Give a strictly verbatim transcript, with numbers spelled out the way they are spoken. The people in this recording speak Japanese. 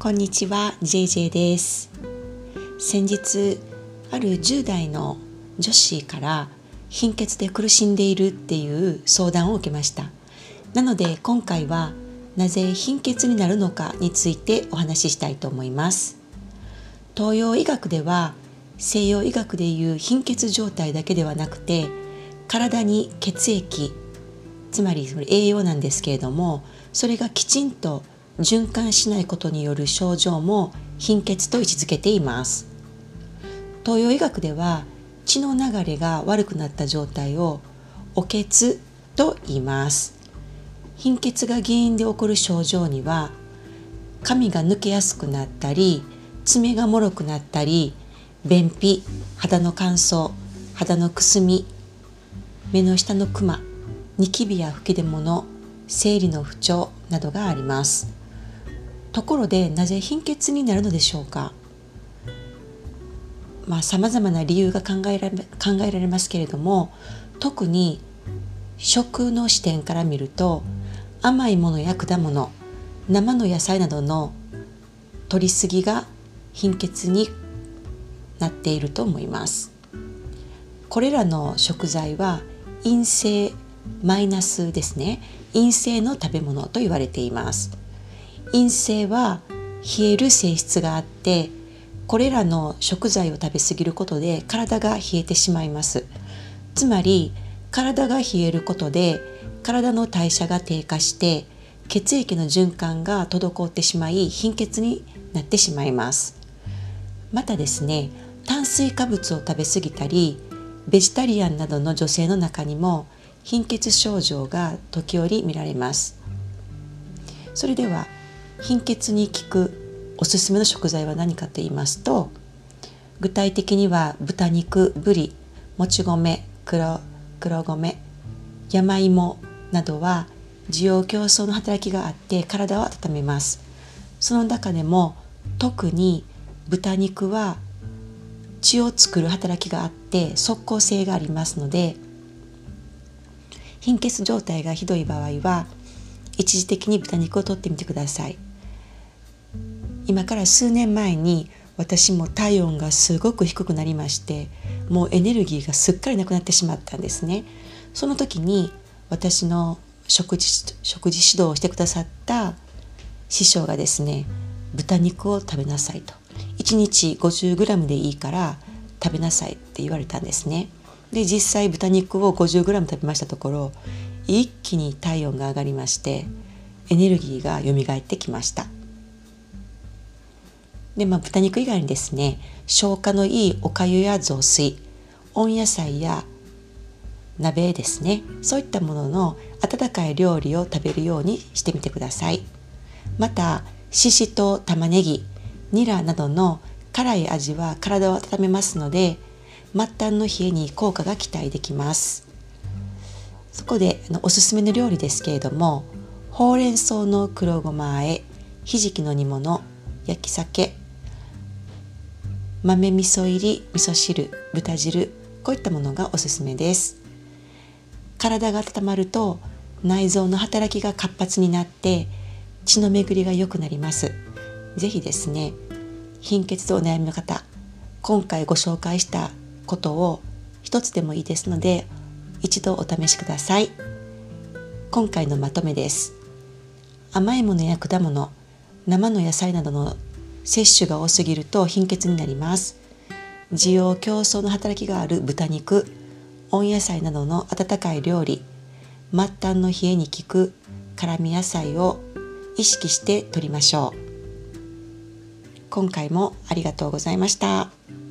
こんにちは、ジェイジェイ です。先日、あるじゅう代の女子から貧血で苦しんでいるっていう相談を受けました。なので今回はなぜ貧血になるのかについてお話ししたいと思います。東洋医学では西洋医学でいう貧血状態だけではなくて、体に血液、つまり栄養なんですけれども、それがきちんと循環しないことによる症状も貧血と位置づけています。東洋医学では血の流れが悪くなった状態をお血と言います。貧血が原因で起こる症状には、髪が抜けやすくなったり、爪が脆くなったり、便秘、肌の乾燥、肌のくすみ、目の下のクマ、ニキビや吹き出物、生理の不調などがあります。ところで、なぜ貧血になるのでしょうか。まあ、様々な理由が考えられ、考えられますけれども、特に食の視点から見ると、甘いものや果物、生の野菜などの摂りすぎが貧血になっていると思います。これらの食材は陰性マイナスですね。陰性の食べ物と言われています。陰性は冷える性質があって、これらの食材を食べ過ぎることで体が冷えてしまいます。つまり体が冷えることで体の代謝が低下して血液の循環が滞ってしまい貧血になってしまいます。またですね、炭水化物を食べ過ぎたりベジタリアンなどの女性の中にも貧血症状が時折見られます。それでは貧血に効くおすすめの食材は何かと言いますと、具体的には豚肉、ブリ、もち米、黒、黒米、山芋などは滋養強壮の働きがあって体を温めます。その中でも特に豚肉は血を作る働きがあって即効性がありますので、貧血状態がひどい場合は一時的に豚肉を取ってみてください。今から数年前に私も体温がすごく低くなりまして、もうエネルギーがすっかりなくなってしまったんですね。その時に私の食事、食事指導をしてくださった師匠がですね、豚肉を食べなさいと、いちにち ごじゅうグラム でいいから食べなさいって言われたんですね。で、実際豚肉を ごじゅうグラム 食べましたところ、一気に体温が上がりましてエネルギーが蘇ってきました。で、まあ、豚肉以外にですね、消化のいいおかゆや雑炊、温野菜や鍋ですね、そういったものの温かい料理を食べるようにしてみてください。またししとう、玉ねぎ、ニラなどの辛い味は体を温めますので、末端の冷えに効果が期待できます。そこであのおすすめの料理ですけれども、ほうれん草の黒ごま和え、ひじきの煮物、焼き鮭、豆味噌入り味噌汁、豚汁、こういったものがおすすめです。体が温まると内臓の働きが活発になって血の巡りが良くなります。ぜひですね、貧血とお悩みの方、今回ご紹介したことを一つでもいいですので一度お試しください。今回のまとめです。甘いものや果物、生の野菜などの摂取が多すぎると貧血になります。滋養強壮の働きがある豚肉、温野菜などの温かい料理、末端の冷えに効く辛味野菜を意識して摂りましょう。今回もありがとうございました。